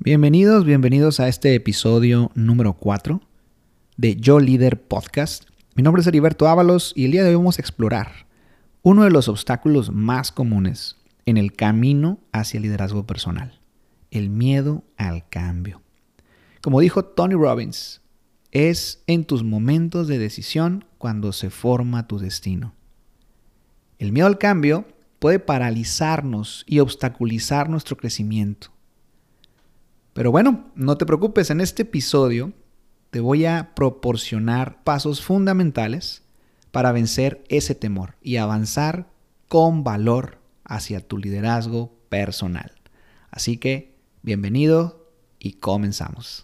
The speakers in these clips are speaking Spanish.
Bienvenidos a este episodio número 4 de Yo Líder Podcast. Mi nombre es Heriberto Ábalos y el día de hoy vamos a explorar uno de los obstáculos más comunes en el camino hacia el liderazgo personal: el miedo al cambio. Como dijo Tony Robbins, es en tus momentos de decisión cuando se forma tu destino. El miedo al cambio puede paralizarnos y obstaculizar nuestro crecimiento. Pero bueno, no te preocupes, en este episodio te voy a proporcionar pasos fundamentales para vencer ese temor y avanzar con valor hacia tu liderazgo personal. Así que, bienvenido y comenzamos.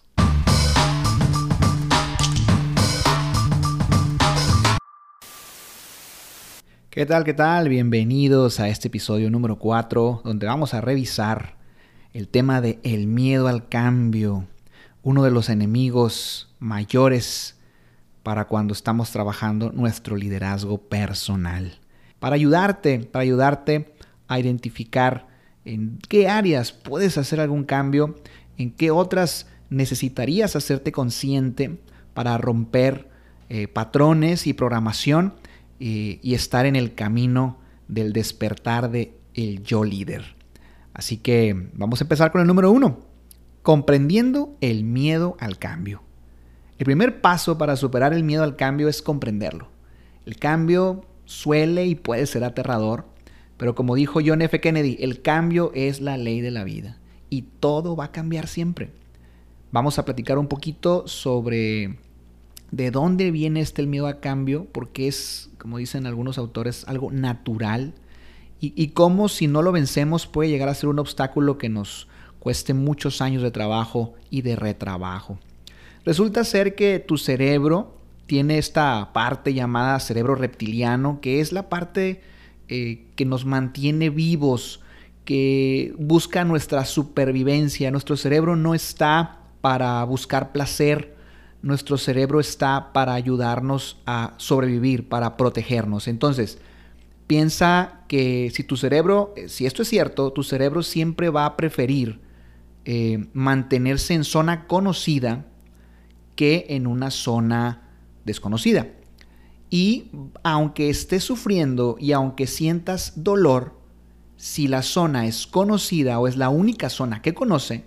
¿Qué tal? Bienvenidos a este episodio número 4, donde vamos a revisar el tema de el miedo al cambio, uno de los enemigos mayores para cuando estamos trabajando nuestro liderazgo personal. Para ayudarte a identificar en qué áreas puedes hacer algún cambio, en qué otras necesitarías hacerte consciente para romper patrones y programación y estar en el camino del despertar de el yo líder. Así que vamos a empezar con el número 1, comprendiendo el miedo al cambio. El primer paso para superar el miedo al cambio es comprenderlo. El cambio suele y puede ser aterrador, pero como dijo John F. Kennedy, el cambio es la ley de la vida y todo va a cambiar siempre. Vamos a platicar un poquito sobre de dónde viene el miedo al cambio, porque es, como dicen algunos autores, algo natural. Y cómo si no lo vencemos puede llegar a ser un obstáculo que nos cueste muchos años de trabajo y de retrabajo. Resulta ser que tu cerebro tiene esta parte llamada cerebro reptiliano, que es la parte que nos mantiene vivos, que busca nuestra supervivencia. Nuestro cerebro no está para buscar placer, nuestro cerebro está para ayudarnos a sobrevivir, para protegernos. Entonces, piensa que si esto es cierto, tu cerebro siempre va a preferir mantenerse en zona conocida que en una zona desconocida. Y aunque estés sufriendo y aunque sientas dolor, si la zona es conocida o es la única zona que conoce,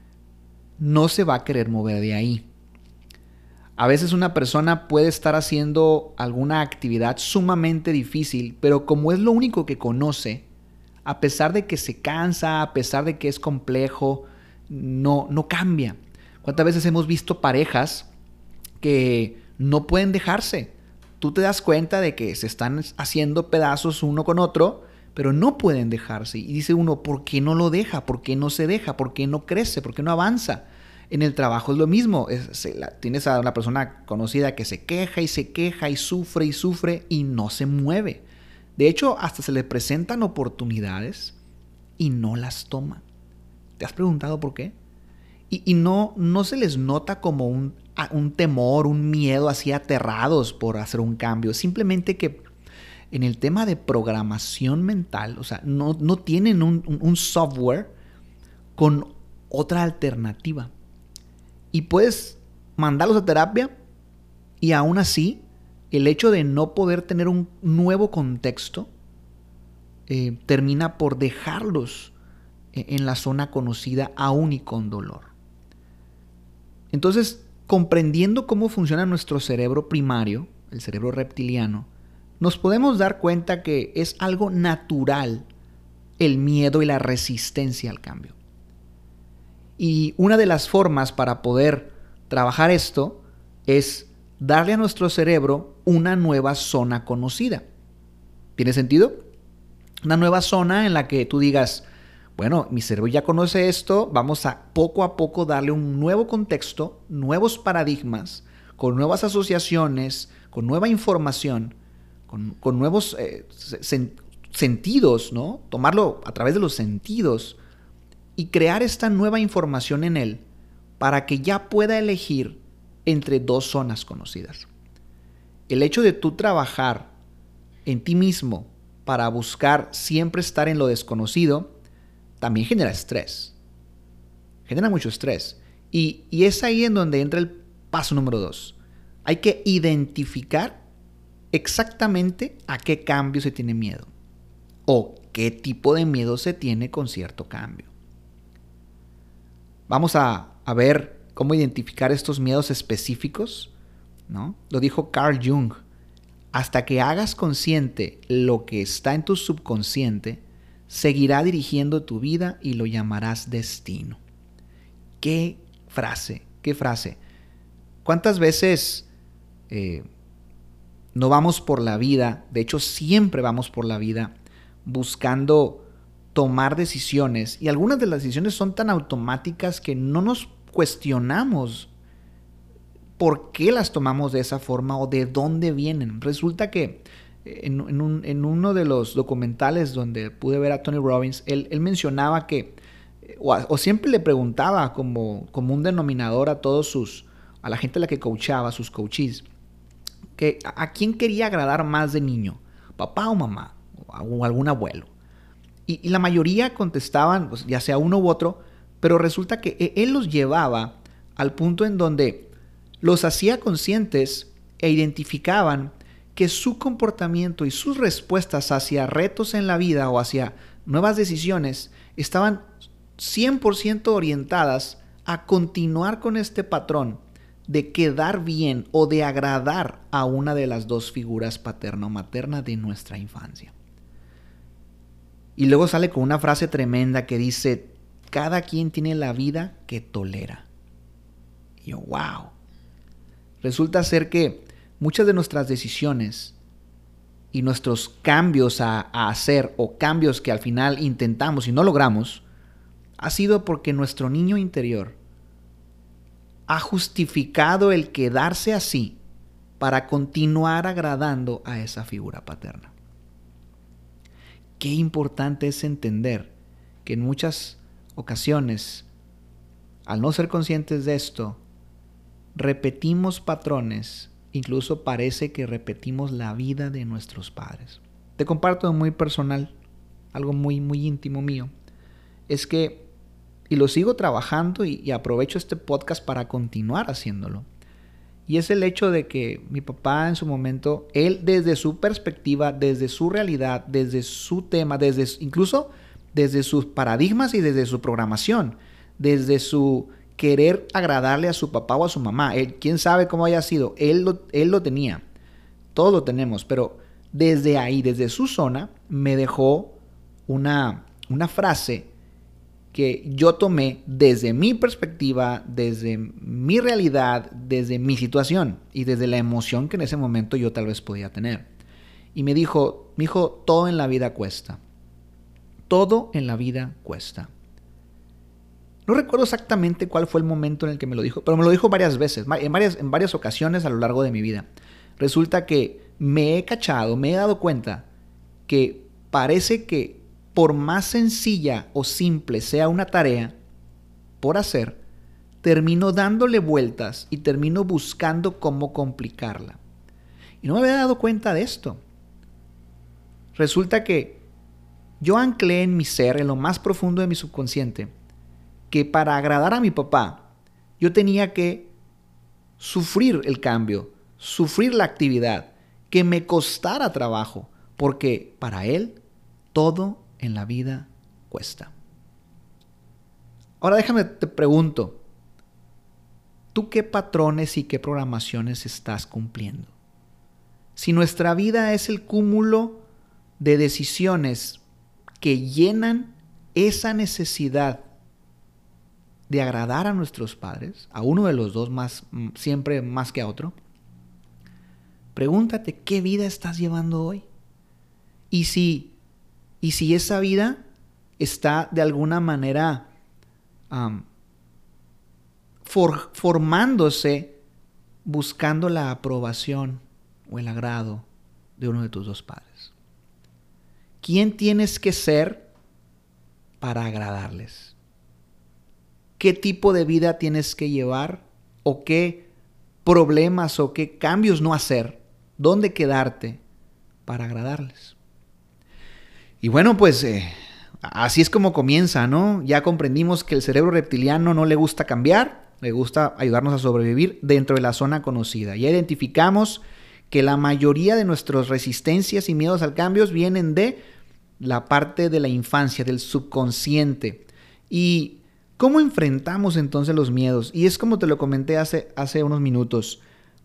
no se va a querer mover de ahí. A veces una persona puede estar haciendo alguna actividad sumamente difícil, pero como es lo único que conoce, a pesar de que se cansa, a pesar de que es complejo, no cambia. ¿Cuántas veces hemos visto parejas que no pueden dejarse? Tú te das cuenta de que se están haciendo pedazos uno con otro, pero no pueden dejarse. Y dice uno, ¿por qué no lo deja? ¿Por qué no se deja? ¿Por qué no crece? ¿Por qué no avanza? En el trabajo es lo mismo. Tienes a una persona conocida que se queja y sufre y no se mueve. De hecho, hasta se le presentan oportunidades y no las toma. ¿Te has preguntado por qué? Y no se les nota como un temor, un miedo, así aterrados por hacer un cambio. Simplemente que en el tema de programación mental, o sea, no tienen un software con otra alternativa. Y puedes mandarlos a terapia y aún así el hecho de no poder tener un nuevo contexto termina por dejarlos en la zona conocida aún y con dolor. Entonces, comprendiendo cómo funciona nuestro cerebro primario, el cerebro reptiliano, nos podemos dar cuenta que es algo natural el miedo y la resistencia al cambio. Y una de las formas para poder trabajar esto es darle a nuestro cerebro una nueva zona conocida. ¿Tiene sentido? Una nueva zona en la que tú digas, bueno, mi cerebro ya conoce esto, vamos a poco darle un nuevo contexto, nuevos paradigmas, con nuevas asociaciones, con nueva información, con nuevos sentidos, ¿no? Tomarlo a través de los sentidos y crear esta nueva información en él para que ya pueda elegir entre dos zonas conocidas. El hecho de tú trabajar en ti mismo para buscar siempre estar en lo desconocido también genera estrés. genera mucho estrés. Y es ahí en donde entra el paso número 2. Hay que identificar exactamente a qué cambio se tiene miedo o qué tipo de miedo se tiene con cierto cambio. Vamos a ver cómo identificar estos miedos específicos, ¿no? Lo dijo Carl Jung. Hasta que hagas consciente lo que está en tu subconsciente, seguirá dirigiendo tu vida y lo llamarás destino. ¿Qué frase? ¿Qué frase? ¿Cuántas veces no vamos por la vida? De hecho, siempre vamos por la vida buscando tomar decisiones, y algunas de las decisiones son tan automáticas que no nos cuestionamos por qué las tomamos de esa forma o de dónde vienen. Resulta que en uno de los documentales donde pude ver a Tony Robbins, él mencionaba que, o siempre le preguntaba como un denominador a la gente a la que coachaba, sus coaches, que a quién quería agradar más de niño, papá o mamá, o algún abuelo. Y la mayoría contestaban, pues, ya sea uno u otro, pero resulta que él los llevaba al punto en donde los hacía conscientes e identificaban que su comportamiento y sus respuestas hacia retos en la vida o hacia nuevas decisiones estaban 100% orientadas a continuar con este patrón de quedar bien o de agradar a una de las dos figuras paterna o materna de nuestra infancia. Y luego sale con una frase tremenda que dice: cada quien tiene la vida que tolera. Y yo, wow. Resulta ser que muchas de nuestras decisiones y nuestros cambios a hacer, o cambios que al final intentamos y no logramos, ha sido porque nuestro niño interior ha justificado el quedarse así para continuar agradando a esa figura paterna. Qué importante es entender que en muchas ocasiones, al no ser conscientes de esto, repetimos patrones, incluso parece que repetimos la vida de nuestros padres. Te comparto muy personal, algo muy, muy íntimo mío. Es que, y lo sigo trabajando y aprovecho este podcast para continuar haciéndolo. Y es el hecho de que mi papá en su momento, él desde su perspectiva, desde su realidad, desde su tema, incluso desde sus paradigmas y desde su programación, desde su querer agradarle a su papá o a su mamá, él, quién sabe cómo haya sido, él lo tenía, todos lo tenemos, pero desde ahí, desde su zona, me dejó una frase que yo tomé desde mi perspectiva, desde mi realidad, desde mi situación y desde la emoción que en ese momento yo tal vez podía tener. Y me dijo, mijo, todo en la vida cuesta. Todo en la vida cuesta. No recuerdo exactamente cuál fue el momento en el que me lo dijo, pero me lo dijo varias veces, en varias ocasiones a lo largo de mi vida. Resulta que me he cachado, me he dado cuenta que parece que por más sencilla o simple sea una tarea por hacer, termino dándole vueltas y termino buscando cómo complicarla. Y no me había dado cuenta de esto. Resulta que yo anclé en mi ser, en lo más profundo de mi subconsciente, que para agradar a mi papá, yo tenía que sufrir el cambio, sufrir la actividad, que me costara trabajo, porque para él todo en la vida cuesta. Ahora déjame te pregunto, ¿tú qué patrones y qué programaciones estás cumpliendo? Si nuestra vida es el cúmulo de decisiones que llenan esa necesidad de agradar a nuestros padres, a uno de los dos siempre más que a otro, pregúntate qué vida estás llevando hoy. Y si esa vida está de alguna manera formándose buscando la aprobación o el agrado de uno de tus dos padres. ¿Quién tienes que ser para agradarles? ¿Qué tipo de vida tienes que llevar? ¿O qué problemas o qué cambios no hacer? ¿Dónde quedarte para agradarles? Y bueno, pues así es como comienza, ¿no? Ya comprendimos que el cerebro reptiliano no le gusta cambiar, le gusta ayudarnos a sobrevivir dentro de la zona conocida. Ya identificamos que la mayoría de nuestras resistencias y miedos al cambio vienen de la parte de la infancia, del subconsciente. ¿Y cómo enfrentamos entonces los miedos? Y es como te lo comenté hace unos minutos.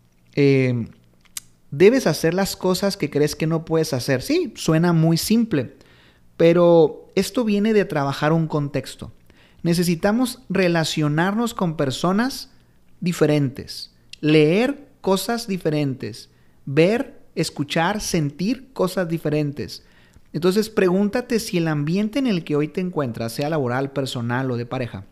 Debes hacer las cosas que crees que no puedes hacer. Sí, suena muy simple, pero esto viene de trabajar un contexto. Necesitamos relacionarnos con personas diferentes, leer cosas diferentes, ver, escuchar, sentir cosas diferentes. Entonces pregúntate si el ambiente en el que hoy te encuentras, sea laboral, personal o de pareja,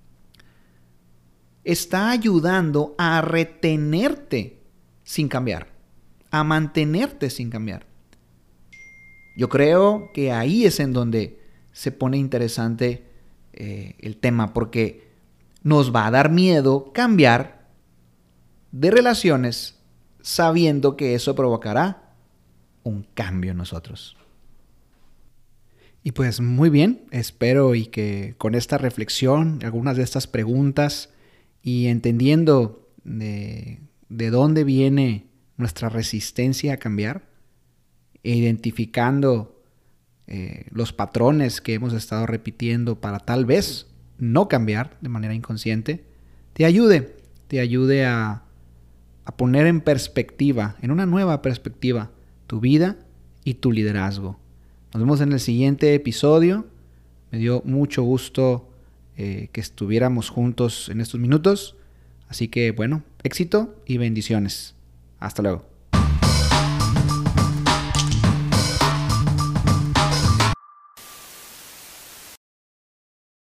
está ayudando a retenerte sin cambiar, a mantenerte sin cambiar. Yo creo que ahí es en donde se pone interesante el tema, porque nos va a dar miedo cambiar de relaciones sabiendo que eso provocará un cambio en nosotros. Y pues muy bien, espero y que con esta reflexión, algunas de estas preguntas y entendiendo de dónde viene nuestra resistencia a cambiar, e identificando los patrones que hemos estado repitiendo para tal vez no cambiar de manera inconsciente, te ayude a poner en perspectiva, en una nueva perspectiva, tu vida y tu liderazgo. Nos vemos en el siguiente episodio. Me dio mucho gusto que estuviéramos juntos en estos minutos. Así que bueno, éxito y bendiciones. Hasta luego.